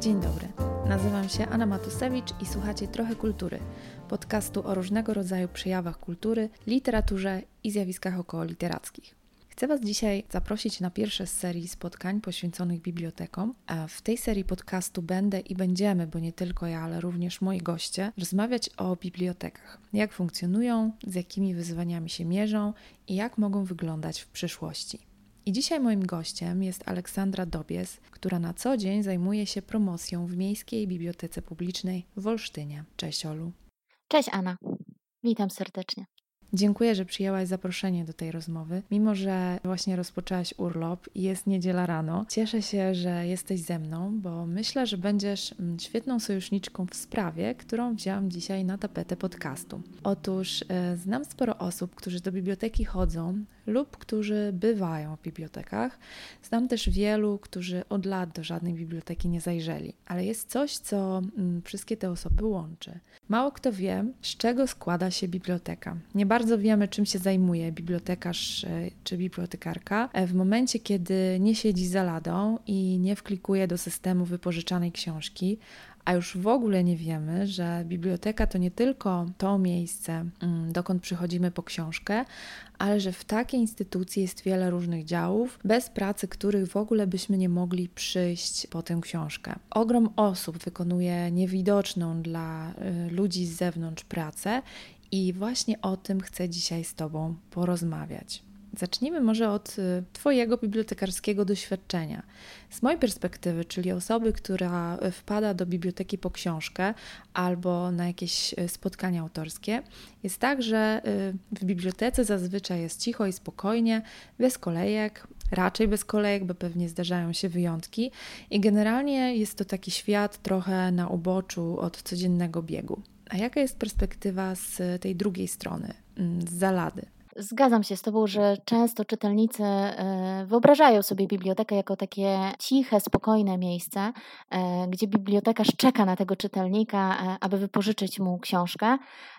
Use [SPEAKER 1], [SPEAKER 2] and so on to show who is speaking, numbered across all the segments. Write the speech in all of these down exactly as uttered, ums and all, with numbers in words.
[SPEAKER 1] Dzień dobry, nazywam się Anna Matusewicz i słuchacie Trochę Kultury, podcastu o różnego rodzaju przejawach kultury, literaturze i zjawiskach okołoliterackich. Chcę Was dzisiaj zaprosić na pierwsze z serii spotkań poświęconych bibliotekom. A w tej serii podcastu będę i będziemy, bo nie tylko ja, ale również moi goście, rozmawiać o bibliotekach. Jak funkcjonują, z jakimi wyzwaniami się mierzą i jak mogą wyglądać w przyszłości. I dzisiaj moim gościem jest Aleksandra Dobies, która na co dzień zajmuje się promocją w Miejskiej Bibliotece Publicznej w Olsztynie. Cześć, Olu.
[SPEAKER 2] Cześć, Anna. Witam serdecznie.
[SPEAKER 1] Dziękuję, że przyjęłaś zaproszenie do tej rozmowy. Mimo że właśnie rozpoczęłaś urlop i jest niedziela rano, cieszę się, że jesteś ze mną, bo myślę, że będziesz świetną sojuszniczką w sprawie, którą wzięłam dzisiaj na tapetę podcastu. Otóż e, znam sporo osób, którzy do biblioteki chodzą lub którzy bywają w bibliotekach. Znam też wielu, którzy od lat do żadnej biblioteki nie zajrzeli. Ale jest coś, co mm, wszystkie te osoby łączy. Mało kto wie, z czego składa się biblioteka. Nie bardzo wiemy, czym się zajmuje bibliotekarz czy bibliotekarka w momencie, kiedy nie siedzi za ladą i nie wklikuje do systemu wypożyczanej książki, a już w ogóle nie wiemy, że biblioteka to nie tylko to miejsce, dokąd przychodzimy po książkę, ale że w takiej instytucji jest wiele różnych działów, bez pracy których w ogóle byśmy nie mogli przyjść po tę książkę. Ogrom osób wykonuje niewidoczną dla ludzi z zewnątrz pracę i właśnie o tym chcę dzisiaj z Tobą porozmawiać. Zacznijmy może od Twojego bibliotekarskiego doświadczenia. Z mojej perspektywy, czyli osoby, która wpada do biblioteki po książkę albo na jakieś spotkania autorskie, jest tak, że w bibliotece zazwyczaj jest cicho i spokojnie, bez kolejek, raczej bez kolejek, bo pewnie zdarzają się wyjątki i generalnie jest to taki świat trochę na uboczu od codziennego biegu. A jaka jest perspektywa z tej drugiej strony, z zalady?
[SPEAKER 2] Zgadzam się z Tobą, że często czytelnicy wyobrażają sobie bibliotekę jako takie ciche, spokojne miejsce, gdzie bibliotekarz czeka na tego czytelnika, aby wypożyczyć mu książkę.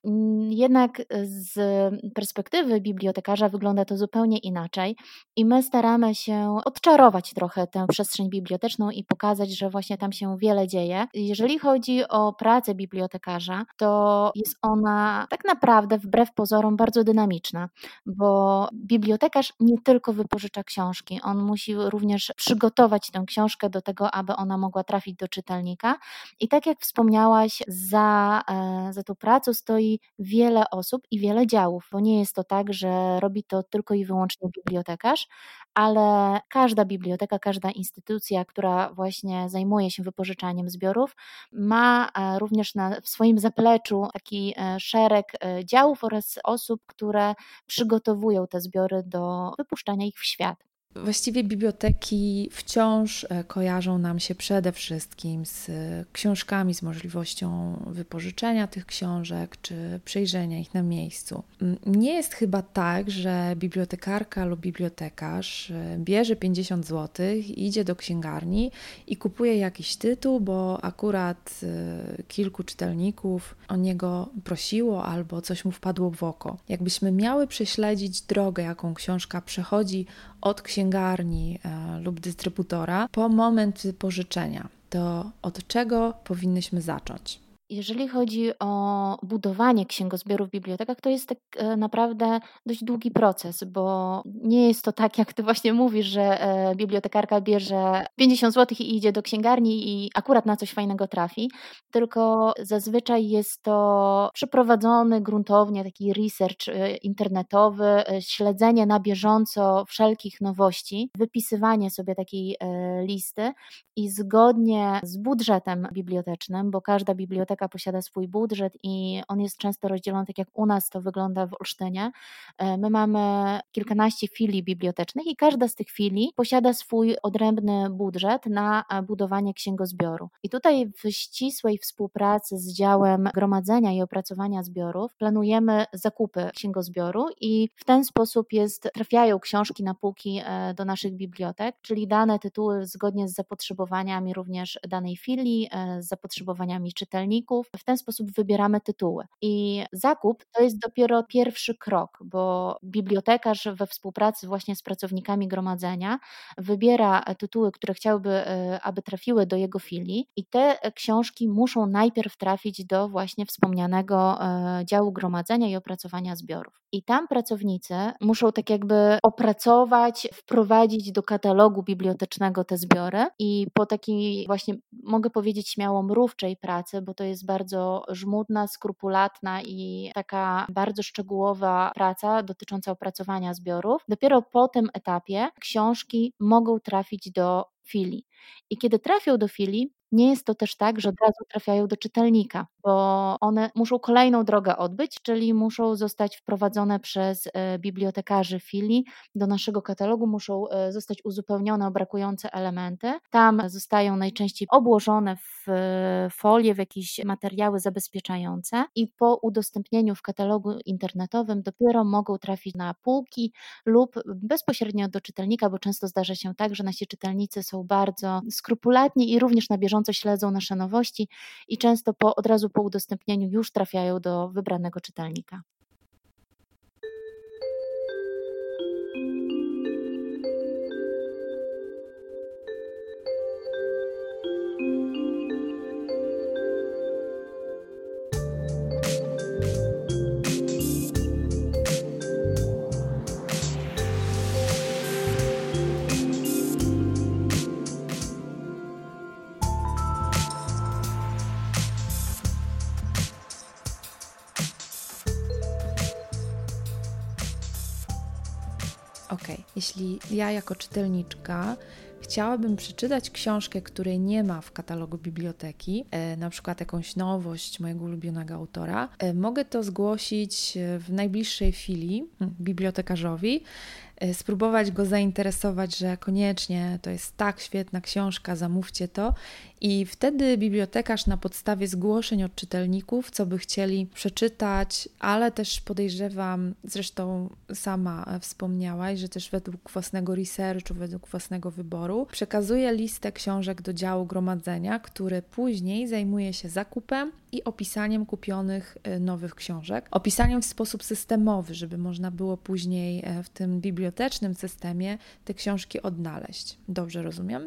[SPEAKER 2] Jednak z perspektywy bibliotekarza wygląda to zupełnie inaczej i my staramy się odczarować trochę tę przestrzeń biblioteczną i pokazać, że właśnie tam się wiele dzieje. Jeżeli chodzi o pracę bibliotekarza, to jest ona tak naprawdę wbrew pozorom bardzo dynamiczna, bo bibliotekarz nie tylko wypożycza książki, on musi również przygotować tę książkę do tego, aby ona mogła trafić do czytelnika i tak jak wspomniałaś, za, za tą pracą stoi wiele osób i wiele działów, bo nie jest to tak, że robi to tylko i wyłącznie bibliotekarz, ale każda biblioteka, każda instytucja, która właśnie zajmuje się wypożyczaniem zbiorów, ma również na, w swoim zapleczu taki szereg działów oraz osób, które przygotowują te zbiory do wypuszczania ich w świat.
[SPEAKER 1] Właściwie biblioteki wciąż kojarzą nam się przede wszystkim z książkami, z możliwością wypożyczenia tych książek czy przejrzenia ich na miejscu. Nie jest chyba tak, że bibliotekarka lub bibliotekarz bierze pięćdziesiąt złotych, idzie do księgarni i kupuje jakiś tytuł, bo akurat kilku czytelników o niego prosiło albo coś mu wpadło w oko. Jakbyśmy miały prześledzić drogę, jaką książka przechodzi od księgarni e, lub dystrybutora po moment wypożyczenia, to od czego powinnyśmy zacząć?
[SPEAKER 2] Jeżeli chodzi o budowanie księgozbioru w bibliotekach, to jest tak naprawdę dość długi proces, bo nie jest to tak, jak Ty właśnie mówisz, że bibliotekarka bierze pięćdziesiąt złotych i idzie do księgarni i akurat na coś fajnego trafi, tylko zazwyczaj jest to przeprowadzony gruntownie taki research internetowy, śledzenie na bieżąco wszelkich nowości, wypisywanie sobie takiej listy i zgodnie z budżetem bibliotecznym, bo każda biblioteka posiada swój budżet i on jest często rozdzielony, tak jak u nas to wygląda w Olsztynie. My mamy kilkanaście filii bibliotecznych i każda z tych filii posiada swój odrębny budżet na budowanie księgozbioru. I tutaj w ścisłej współpracy z działem gromadzenia i opracowania zbiorów planujemy zakupy księgozbioru i w ten sposób jest, trafiają książki na półki do naszych bibliotek, czyli dane tytuły zgodnie z zapotrzebowaniami również danej filii, z zapotrzebowaniami czytelników, czytelników. W ten sposób wybieramy tytuły. I zakup to jest dopiero pierwszy krok, bo bibliotekarz we współpracy właśnie z pracownikami gromadzenia wybiera tytuły, które chciałby, aby trafiły do jego filii i te książki muszą najpierw trafić do właśnie wspomnianego działu gromadzenia i opracowania zbiorów. I tam pracownicy muszą tak jakby opracować, wprowadzić do katalogu bibliotecznego te zbiory i po takiej właśnie, mogę powiedzieć śmiało, mrówczej pracy, bo to jest bardzo żmudna, skrupulatna i taka bardzo szczegółowa praca dotycząca opracowania zbiorów, dopiero po tym etapie książki mogą trafić do filii. I kiedy trafią do filii, nie jest to też tak, że od razu trafiają do czytelnika, bo one muszą kolejną drogę odbyć, czyli muszą zostać wprowadzone przez bibliotekarzy filii do naszego katalogu, muszą zostać uzupełnione o brakujące elementy. Tam zostają najczęściej obłożone w folie, w jakieś materiały zabezpieczające i po udostępnieniu w katalogu internetowym dopiero mogą trafić na półki lub bezpośrednio do czytelnika, bo często zdarza się tak, że nasi czytelnicy są bardzo skrupulatni i również na bieżąco śledzą nasze nowości i często po, od razu po udostępnieniu już trafiają do wybranego czytelnika.
[SPEAKER 1] Okej, okay. Jeśli ja jako czytelniczka chciałabym przeczytać książkę, której nie ma w katalogu biblioteki, e, na przykład jakąś nowość mojego ulubionego autora, e, mogę to zgłosić w najbliższej chwili bibliotekarzowi, e, spróbować go zainteresować, że koniecznie to jest tak świetna książka, zamówcie to i wtedy bibliotekarz na podstawie zgłoszeń od czytelników, co by chcieli przeczytać, ale też podejrzewam, zresztą sama wspomniałaś, że też według własnego researchu, według własnego wyboru, przekazuje listę książek do działu gromadzenia, który później zajmuje się zakupem i opisaniem kupionych nowych książek. Opisaniem w sposób systemowy, żeby można było później w tym bibliotecznym systemie te książki odnaleźć. Dobrze rozumiem?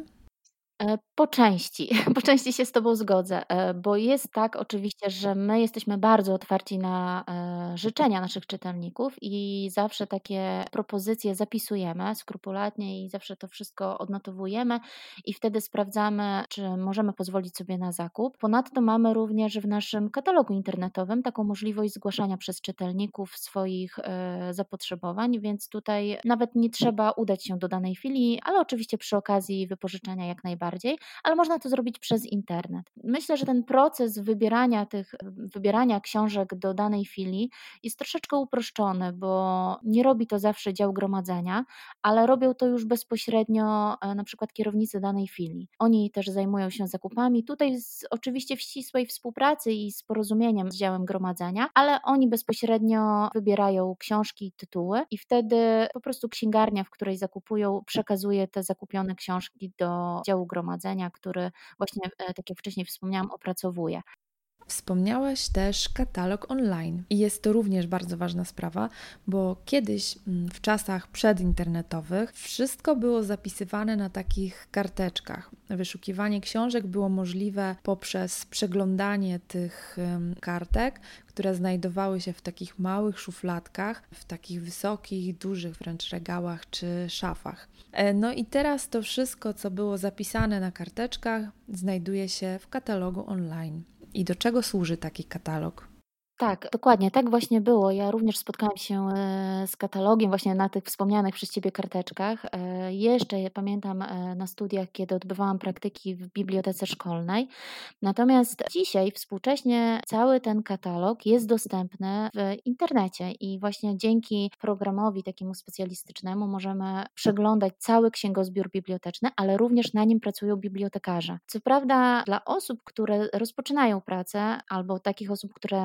[SPEAKER 2] Po części, po części się z Tobą zgodzę, bo jest tak oczywiście, że my jesteśmy bardzo otwarci na życzenia naszych czytelników i zawsze takie propozycje zapisujemy skrupulatnie i zawsze to wszystko odnotowujemy i wtedy sprawdzamy, czy możemy pozwolić sobie na zakup. Ponadto mamy również w naszym katalogu internetowym taką możliwość zgłaszania przez czytelników swoich zapotrzebowań, więc tutaj nawet nie trzeba udać się do danej filii, ale oczywiście przy okazji wypożyczenia jak najbardziej. Bardziej, ale można to zrobić przez internet. Myślę, że ten proces wybierania tych, wybierania książek do danej filii jest troszeczkę uproszczony, bo nie robi to zawsze dział gromadzenia, ale robią to już bezpośrednio na przykład kierownicy danej filii. Oni też zajmują się zakupami, tutaj z, oczywiście w ścisłej współpracy i z porozumieniem z działem gromadzenia, ale oni bezpośrednio wybierają książki i tytuły i wtedy po prostu księgarnia, w której zakupują, przekazuje te zakupione książki do działu gromadzenia, który właśnie, tak jak wcześniej wspomniałam, opracowuje.
[SPEAKER 1] Wspomniałaś też katalog online i jest to również bardzo ważna sprawa, bo kiedyś w czasach przedinternetowych wszystko było zapisywane na takich karteczkach. Wyszukiwanie książek było możliwe poprzez przeglądanie tych kartek, które znajdowały się w takich małych szufladkach, w takich wysokich, dużych wręcz regałach czy szafach. No i teraz to wszystko, co było zapisane na karteczkach, znajduje się w katalogu online. I do czego służy taki katalog?
[SPEAKER 2] Tak, dokładnie, tak właśnie było. Ja również spotkałam się z katalogiem właśnie na tych wspomnianych przez Ciebie karteczkach. Jeszcze je pamiętam na studiach, kiedy odbywałam praktyki w bibliotece szkolnej. Natomiast dzisiaj współcześnie cały ten katalog jest dostępny w internecie i właśnie dzięki programowi takiemu specjalistycznemu możemy przeglądać cały księgozbiór biblioteczny, ale również na nim pracują bibliotekarze. Co prawda dla osób, które rozpoczynają pracę albo takich osób, które myślą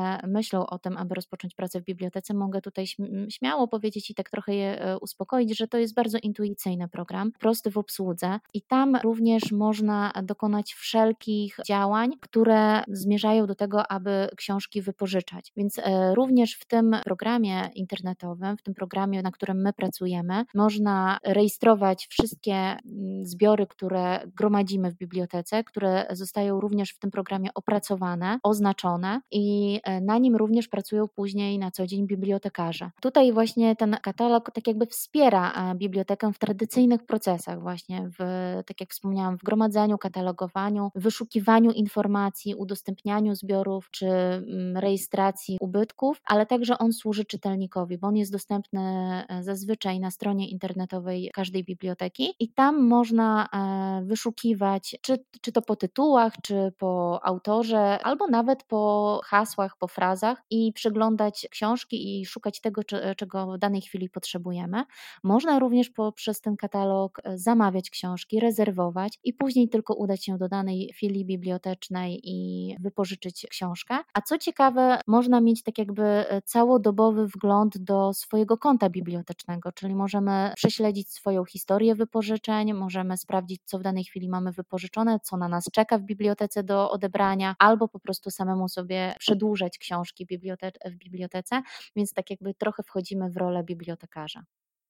[SPEAKER 2] myślą o tym, aby rozpocząć pracę w bibliotece, mogę tutaj śmiało powiedzieć i tak trochę je uspokoić, że to jest bardzo intuicyjny program, prosty w obsłudze i tam również można dokonać wszelkich działań, które zmierzają do tego, aby książki wypożyczać. Więc również w tym programie internetowym, w tym programie, na którym my pracujemy, można rejestrować wszystkie zbiory, które gromadzimy w bibliotece, które zostają również w tym programie opracowane, oznaczone i na nim również pracują później na co dzień bibliotekarze. Tutaj właśnie ten katalog tak jakby wspiera bibliotekę w tradycyjnych procesach właśnie, w, tak jak wspomniałam, w gromadzeniu, katalogowaniu, wyszukiwaniu informacji, udostępnianiu zbiorów czy rejestracji ubytków, ale także on służy czytelnikowi, bo on jest dostępny zazwyczaj na stronie internetowej każdej biblioteki i tam można wyszukiwać, czy, czy to po tytułach, czy po autorze, albo nawet po hasłach, po frazach i przeglądać książki i szukać tego, czego w danej chwili potrzebujemy. Można również poprzez ten katalog zamawiać książki, rezerwować i później tylko udać się do danej filii bibliotecznej i wypożyczyć książkę. A co ciekawe, można mieć tak jakby całodobowy wgląd do swojego konta bibliotecznego, czyli możemy prześledzić swoją historię wypożyczeń, możemy sprawdzić, co w danej chwili mamy wypożyczone, co na nas czeka w bibliotece do odebrania, albo po prostu samemu sobie przedłużać książki bibliote- w bibliotece, więc tak jakby trochę wchodzimy w rolę bibliotekarza.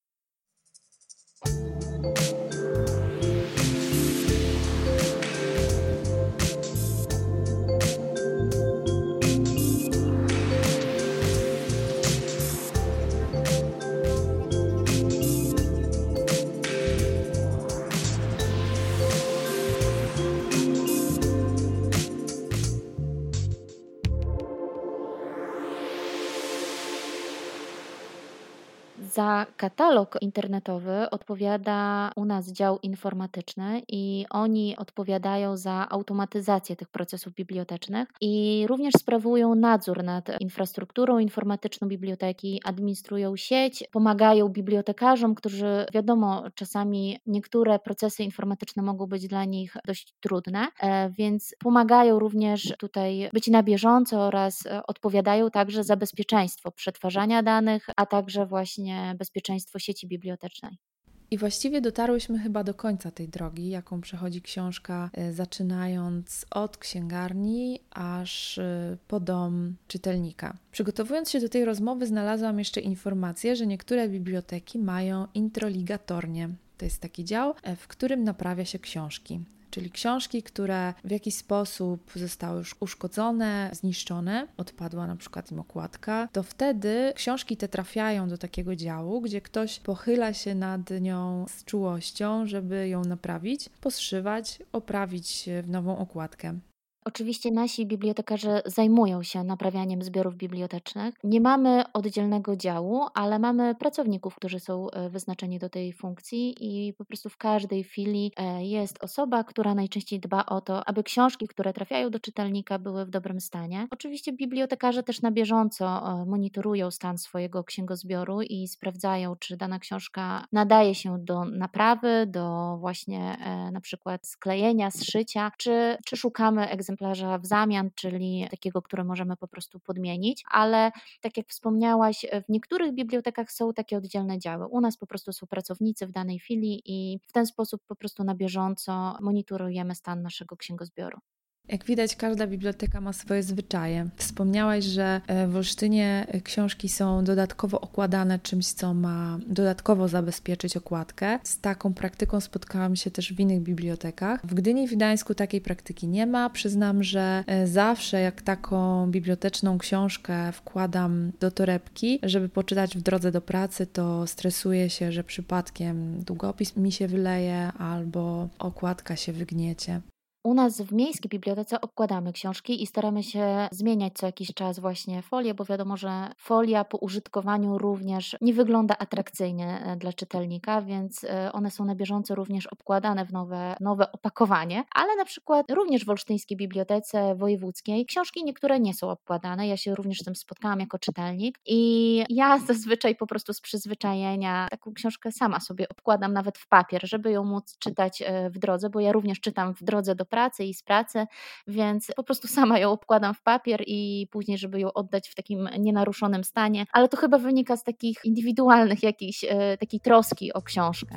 [SPEAKER 2] Za katalog internetowy odpowiada u nas dział informatyczny i oni odpowiadają za automatyzację tych procesów bibliotecznych i również sprawują nadzór nad infrastrukturą informatyczną biblioteki, administrują sieć, pomagają bibliotekarzom, którzy wiadomo, czasami niektóre procesy informatyczne mogą być dla nich dość trudne, więc pomagają również tutaj być na bieżąco oraz odpowiadają także za bezpieczeństwo przetwarzania danych, a także właśnie bezpieczeństwo sieci bibliotecznej.
[SPEAKER 1] I właściwie dotarłyśmy chyba do końca tej drogi, jaką przechodzi książka, zaczynając od księgarni aż po dom czytelnika. Przygotowując się do tej rozmowy, znalazłam jeszcze informację, że niektóre biblioteki mają introligatornie. To jest taki dział, w którym naprawia się książki. Czyli książki, które w jakiś sposób zostały już uszkodzone, zniszczone, odpadła na przykład im okładka, to wtedy książki te trafiają do takiego działu, gdzie ktoś pochyla się nad nią z czułością, żeby ją naprawić, poszywać, oprawić w nową okładkę.
[SPEAKER 2] Oczywiście nasi bibliotekarze zajmują się naprawianiem zbiorów bibliotecznych. Nie mamy oddzielnego działu, ale mamy pracowników, którzy są wyznaczeni do tej funkcji i po prostu w każdej filii jest osoba, która najczęściej dba o to, aby książki, które trafiają do czytelnika, były w dobrym stanie. Oczywiście bibliotekarze też na bieżąco monitorują stan swojego księgozbioru i sprawdzają, czy dana książka nadaje się do naprawy, do właśnie na przykład sklejenia, zszycia, czy, czy szukamy egzemplarza egzemplarza w zamian, czyli takiego, które możemy po prostu podmienić, ale tak jak wspomniałaś, w niektórych bibliotekach są takie oddzielne działy. U nas po prostu są pracownicy w danej chwili i w ten sposób po prostu na bieżąco monitorujemy stan naszego księgozbioru.
[SPEAKER 1] Jak widać, każda biblioteka ma swoje zwyczaje. Wspomniałaś, że w Olsztynie książki są dodatkowo okładane czymś, co ma dodatkowo zabezpieczyć okładkę. Z taką praktyką spotkałam się też w innych bibliotekach. W Gdyni i w Gdańsku takiej praktyki nie ma. Przyznam, że zawsze jak taką biblioteczną książkę wkładam do torebki, żeby poczytać w drodze do pracy, to stresuję się, że przypadkiem długopis mi się wyleje albo okładka się wygniecie.
[SPEAKER 2] U nas w miejskiej bibliotece obkładamy książki i staramy się zmieniać co jakiś czas właśnie folię, bo wiadomo, że folia po użytkowaniu również nie wygląda atrakcyjnie dla czytelnika, więc one są na bieżąco również obkładane w nowe, nowe opakowanie, ale na przykład również w Olsztyńskiej Bibliotece Wojewódzkiej książki niektóre nie są obkładane. Ja się również z tym spotkałam jako czytelnik i ja zazwyczaj po prostu z przyzwyczajenia taką książkę sama sobie obkładam nawet w papier, żeby ją móc czytać w drodze, bo ja również czytam w drodze do pracy i z pracy, więc po prostu sama ją obkładam w papier i później, żeby ją oddać w takim nienaruszonym stanie, ale to chyba wynika z takich indywidualnych jakichś, e, takiej troski o książkę.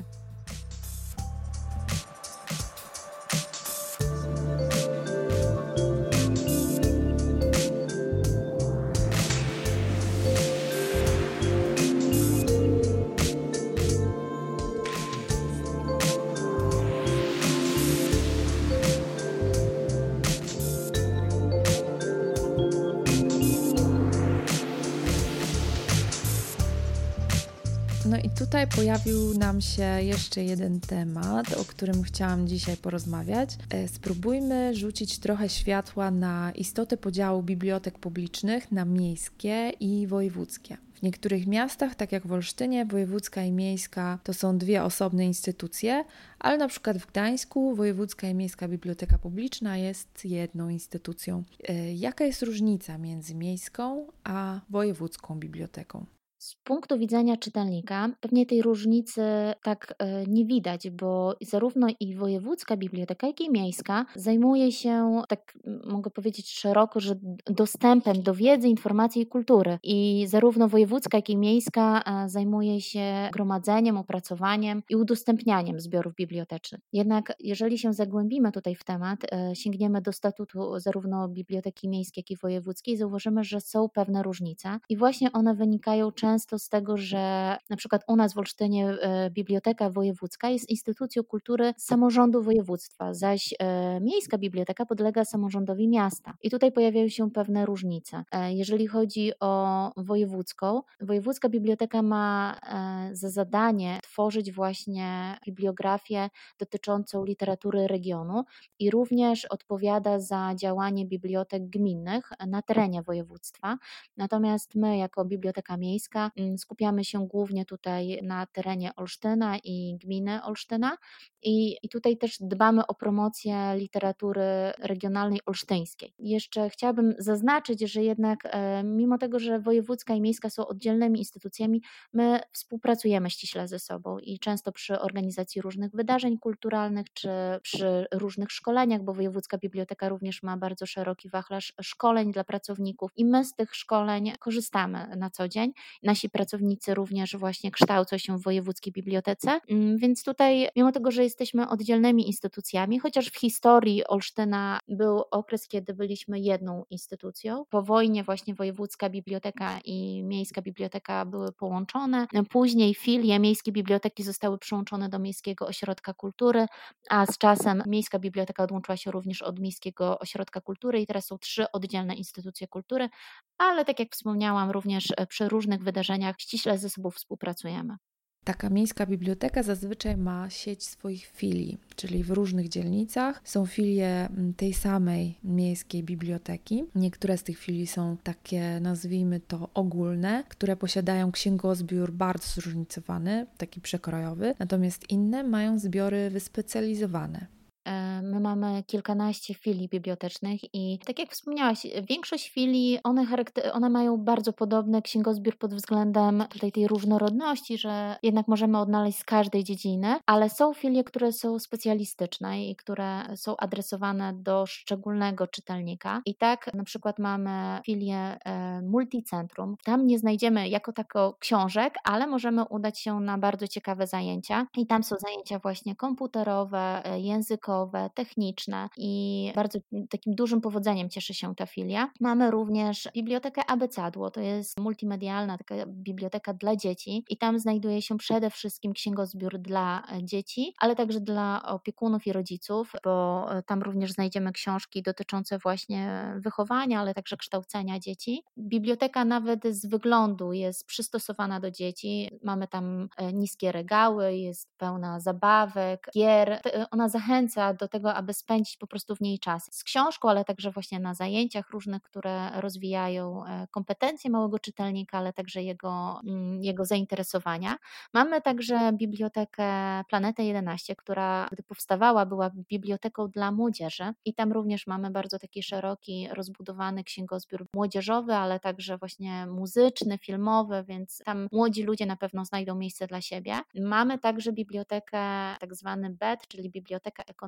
[SPEAKER 1] No i tutaj pojawił nam się jeszcze jeden temat, o którym chciałam dzisiaj porozmawiać. Spróbujmy rzucić trochę światła na istotę podziału bibliotek publicznych na miejskie i wojewódzkie. W niektórych miastach, tak jak w Olsztynie, wojewódzka i miejska to są dwie osobne instytucje, ale na przykład w Gdańsku wojewódzka i miejska biblioteka publiczna jest jedną instytucją. Jaka jest różnica między miejską a wojewódzką biblioteką?
[SPEAKER 2] Z punktu widzenia czytelnika pewnie tej różnicy tak nie widać, bo zarówno i wojewódzka biblioteka, jak i miejska zajmuje się, tak mogę powiedzieć szeroko, że dostępem do wiedzy, informacji i kultury. I zarówno wojewódzka, jak i miejska zajmuje się gromadzeniem, opracowaniem i udostępnianiem zbiorów bibliotecznych. Jednak jeżeli się zagłębimy tutaj w temat, sięgniemy do statutu zarówno biblioteki miejskiej, jak i wojewódzkiej, zauważymy, że są pewne różnice i właśnie one wynikają często często z tego, że na przykład u nas w Olsztynie Biblioteka Wojewódzka jest instytucją kultury samorządu województwa, zaś miejska biblioteka podlega samorządowi miasta. I tutaj pojawiają się pewne różnice. Jeżeli chodzi o wojewódzką, wojewódzka biblioteka ma za zadanie tworzyć właśnie bibliografię dotyczącą literatury regionu i również odpowiada za działanie bibliotek gminnych na terenie województwa. Natomiast my jako Biblioteka Miejska skupiamy się głównie tutaj na terenie Olsztyna i gminy Olsztyna i, i tutaj też dbamy o promocję literatury regionalnej olsztyńskiej. Jeszcze chciałabym zaznaczyć, że jednak e, mimo tego, że wojewódzka i miejska są oddzielnymi instytucjami, my współpracujemy ściśle ze sobą i często przy organizacji różnych wydarzeń kulturalnych czy przy różnych szkoleniach, bo wojewódzka biblioteka również ma bardzo szeroki wachlarz szkoleń dla pracowników i my z tych szkoleń korzystamy na co dzień. Nasi pracownicy również właśnie kształcą się w wojewódzkiej bibliotece, więc tutaj mimo tego, że jesteśmy oddzielnymi instytucjami, chociaż w historii Olsztyna był okres, kiedy byliśmy jedną instytucją, po wojnie właśnie wojewódzka biblioteka i miejska biblioteka były połączone, później filie miejskiej biblioteki zostały przyłączone do Miejskiego Ośrodka Kultury, a z czasem miejska biblioteka odłączyła się również od Miejskiego Ośrodka Kultury i teraz są trzy oddzielne instytucje kultury, ale tak jak wspomniałam, również przy różnych wydarzeniach ściśle ze sobą współpracujemy.
[SPEAKER 1] Taka miejska biblioteka zazwyczaj ma sieć swoich filii, czyli w różnych dzielnicach są filie tej samej miejskiej biblioteki. Niektóre z tych filii są takie, nazwijmy to, ogólne, które posiadają księgozbiór bardzo zróżnicowany, taki przekrojowy, natomiast inne mają zbiory wyspecjalizowane.
[SPEAKER 2] My mamy kilkanaście filii bibliotecznych i tak jak wspomniałaś, większość filii, one, charakter- one mają bardzo podobny księgozbiór pod względem tutaj tej różnorodności, że jednak możemy odnaleźć z każdej dziedziny, ale są filie, które są specjalistyczne i które są adresowane do szczególnego czytelnika. I tak na przykład mamy filię e, multicentrum. Tam nie znajdziemy jako tako książek, ale możemy udać się na bardzo ciekawe zajęcia i tam są zajęcia właśnie komputerowe, językowe, techniczne i bardzo takim dużym powodzeniem cieszy się ta filia. Mamy również bibliotekę Abecadło, to jest multimedialna taka biblioteka dla dzieci i tam znajduje się przede wszystkim księgozbiór dla dzieci, ale także dla opiekunów i rodziców, bo tam również znajdziemy książki dotyczące właśnie wychowania, ale także kształcenia dzieci. Biblioteka nawet z wyglądu jest przystosowana do dzieci. Mamy tam niskie regały, jest pełna zabawek, gier. Ona zachęca do tego, aby spędzić po prostu w niej czas z książką, ale także właśnie na zajęciach różnych, które rozwijają kompetencje małego czytelnika, ale także jego, jego zainteresowania. Mamy także bibliotekę Planetę jedenaście, która gdy powstawała była biblioteką dla młodzieży i tam również mamy bardzo taki szeroki, rozbudowany księgozbiór młodzieżowy, ale także właśnie muzyczny, filmowy, więc tam młodzi ludzie na pewno znajdą miejsce dla siebie. Mamy także bibliotekę tak zwany B E T, czyli Biblioteka Ekonomiczna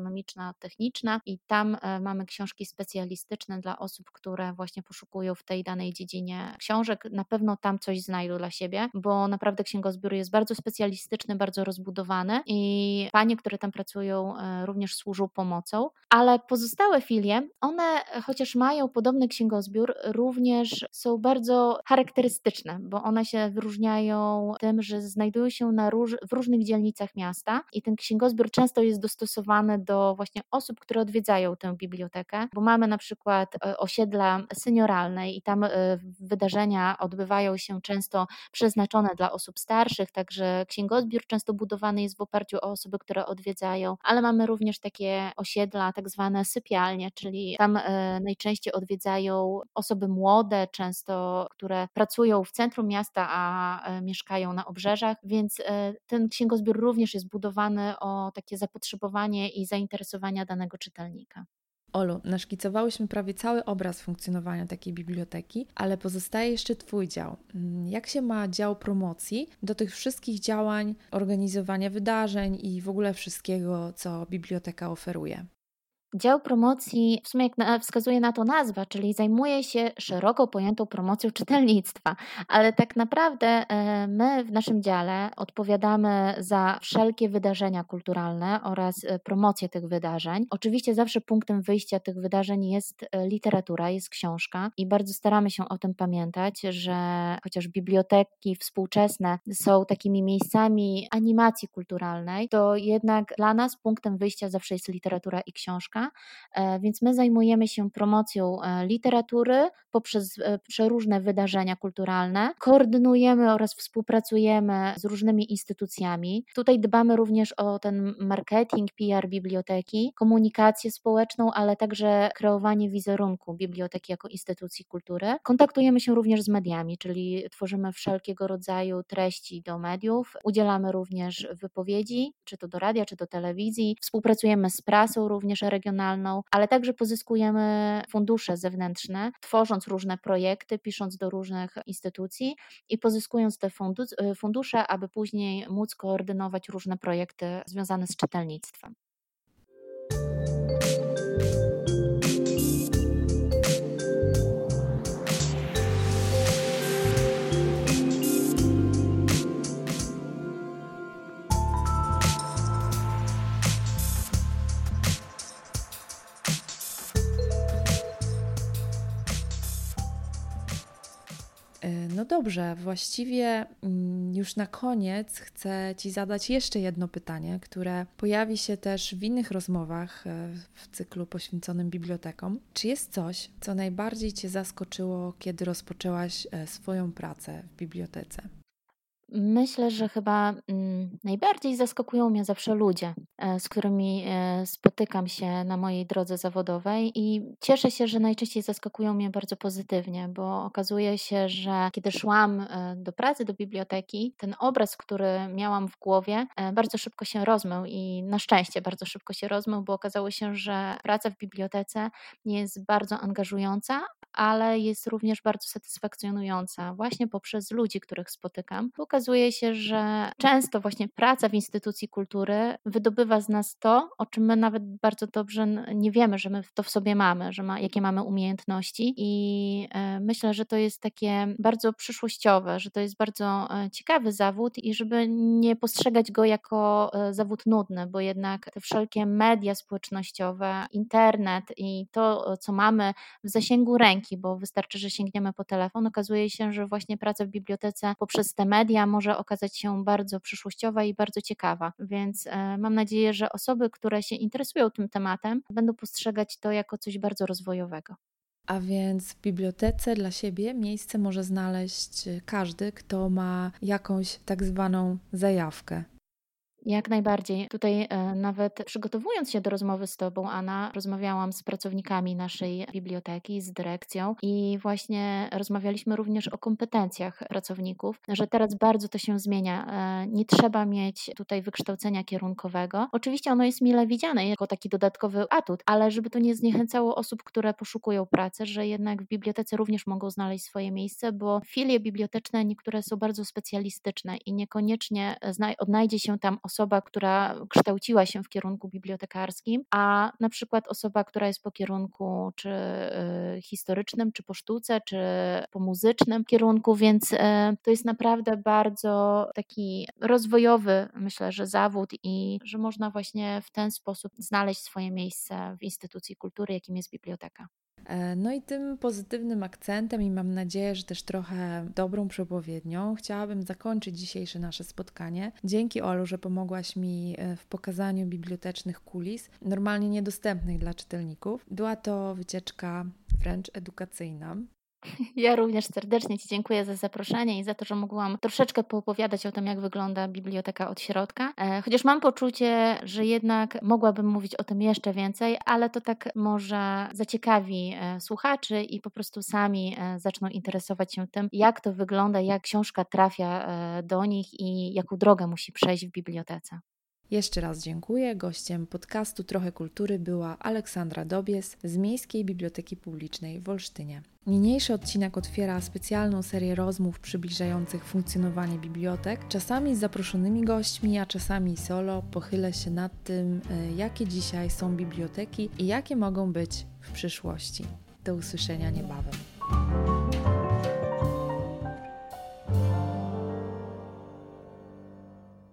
[SPEAKER 2] ekonomiczno-techniczna i tam mamy książki specjalistyczne dla osób, które właśnie poszukują w tej danej dziedzinie książek. Na pewno tam coś znajdą dla siebie, bo naprawdę księgozbiór jest bardzo specjalistyczny, bardzo rozbudowany i panie, które tam pracują, również służą pomocą, ale pozostałe filie, one chociaż mają podobny księgozbiór, również są bardzo charakterystyczne, bo one się wyróżniają tym, że znajdują się na róż, w różnych dzielnicach miasta i ten księgozbiór często jest dostosowany do właśnie osób, które odwiedzają tę bibliotekę, bo mamy na przykład osiedla senioralne i tam wydarzenia odbywają się często przeznaczone dla osób starszych, także księgozbiór często budowany jest w oparciu o osoby, które odwiedzają, ale mamy również takie osiedla, tak zwane sypialnie, czyli tam najczęściej odwiedzają osoby młode, często, które pracują w centrum miasta, a mieszkają na obrzeżach, więc ten księgozbiór również jest budowany o takie zapotrzebowanie i zainteresowania danego czytelnika.
[SPEAKER 1] Olu, naszkicowałyśmy prawie cały obraz funkcjonowania takiej biblioteki, ale pozostaje jeszcze Twój dział. Jak się ma dział promocji do tych wszystkich działań, organizowania wydarzeń i w ogóle wszystkiego, co biblioteka oferuje?
[SPEAKER 2] Dział promocji, w sumie jak na, wskazuje na to nazwa, czyli zajmuje się szeroko pojętą promocją czytelnictwa, ale tak naprawdę my w naszym dziale odpowiadamy za wszelkie wydarzenia kulturalne oraz promocję tych wydarzeń. Oczywiście zawsze punktem wyjścia tych wydarzeń jest literatura, jest książka i bardzo staramy się o tym pamiętać, że chociaż biblioteki współczesne są takimi miejscami animacji kulturalnej, to jednak dla nas punktem wyjścia zawsze jest literatura i książka. Więc my zajmujemy się promocją literatury poprzez przeróżne wydarzenia kulturalne, koordynujemy oraz współpracujemy z różnymi instytucjami. Tutaj dbamy również o ten marketing, P R biblioteki, komunikację społeczną, ale także kreowanie wizerunku biblioteki jako instytucji kultury. Kontaktujemy się również z mediami, czyli tworzymy wszelkiego rodzaju treści do mediów, udzielamy również wypowiedzi, czy to do radia, czy do telewizji, współpracujemy z prasą również regionalną, ale także pozyskujemy fundusze zewnętrzne, tworząc różne projekty, pisząc do różnych instytucji i pozyskując te fundusze, aby później móc koordynować różne projekty związane z czytelnictwem.
[SPEAKER 1] No dobrze, właściwie już na koniec chcę Ci zadać jeszcze jedno pytanie, które pojawi się też w innych rozmowach w cyklu poświęconym bibliotekom. Czy jest coś, co najbardziej Cię zaskoczyło, kiedy rozpoczęłaś swoją pracę w bibliotece?
[SPEAKER 2] Myślę, że chyba mm, najbardziej zaskakują mnie zawsze ludzie, z którymi spotykam się na mojej drodze zawodowej i cieszę się, że najczęściej zaskakują mnie bardzo pozytywnie, bo okazuje się, że kiedy szłam do pracy, do biblioteki, ten obraz, który miałam w głowie, bardzo szybko się rozmył i na szczęście bardzo szybko się rozmył, bo okazało się, że praca w bibliotece jest bardzo angażująca, ale jest również bardzo satysfakcjonująca właśnie poprzez ludzi, których spotykam. Okazuje się, że często właśnie praca w instytucji kultury wydobywa z nas to, o czym my nawet bardzo dobrze nie wiemy, że my to w sobie mamy, że ma, jakie mamy umiejętności i myślę, że to jest takie bardzo przyszłościowe, że to jest bardzo ciekawy zawód i żeby nie postrzegać go jako zawód nudny, bo jednak te wszelkie media społecznościowe, internet i to, co mamy w zasięgu ręki, bo wystarczy, że sięgniemy po telefon, okazuje się, że właśnie praca w bibliotece poprzez te media może okazać się bardzo przyszłościowa i bardzo ciekawa, więc mam nadzieję, że osoby, które się interesują tym tematem, będą postrzegać to jako coś bardzo rozwojowego.
[SPEAKER 1] A więc w bibliotece dla siebie miejsce może znaleźć każdy, kto ma jakąś tak zwaną zajawkę.
[SPEAKER 2] Jak najbardziej. Tutaj e, nawet przygotowując się do rozmowy z Tobą, Anna, rozmawiałam z pracownikami naszej biblioteki, z dyrekcją i właśnie rozmawialiśmy również o kompetencjach pracowników, że teraz bardzo to się zmienia. E, nie trzeba mieć tutaj wykształcenia kierunkowego. Oczywiście ono jest mile widziane jako taki dodatkowy atut, ale żeby to nie zniechęcało osób, które poszukują pracy, że jednak w bibliotece również mogą znaleźć swoje miejsce, bo filie biblioteczne niektóre są bardzo specjalistyczne i niekoniecznie zna- odnajdzie się tam osoba, osoba, która kształciła się w kierunku bibliotekarskim, a na przykład osoba, która jest po kierunku czy y, historycznym, czy po sztuce, czy po muzycznym kierunku, więc y, to jest naprawdę bardzo taki rozwojowy, myślę, że zawód i że można właśnie w ten sposób znaleźć swoje miejsce w instytucji kultury, jakim jest biblioteka.
[SPEAKER 1] No i tym pozytywnym akcentem i mam nadzieję, że też trochę dobrą przepowiednią chciałabym zakończyć dzisiejsze nasze spotkanie. Dzięki, Olu, że pomogłaś mi w pokazaniu bibliotecznych kulis, normalnie niedostępnych dla czytelników. Była to wycieczka wręcz edukacyjna.
[SPEAKER 2] Ja również serdecznie Ci dziękuję za zaproszenie i za to, że mogłam troszeczkę poopowiadać o tym, jak wygląda biblioteka od środka. Chociaż mam poczucie, że jednak mogłabym mówić o tym jeszcze więcej, ale to tak może zaciekawi słuchaczy i po prostu sami zaczną interesować się tym, jak to wygląda, jak książka trafia do nich i jaką drogę musi przejść w bibliotece.
[SPEAKER 1] Jeszcze raz dziękuję. Gościem podcastu Trochę Kultury była Aleksandra Dobies z Miejskiej Biblioteki Publicznej w Olsztynie. Niniejszy odcinek otwiera specjalną serię rozmów przybliżających funkcjonowanie bibliotek. Czasami z zaproszonymi gośćmi, a czasami solo pochylę się nad tym, jakie dzisiaj są biblioteki i jakie mogą być w przyszłości. Do usłyszenia niebawem.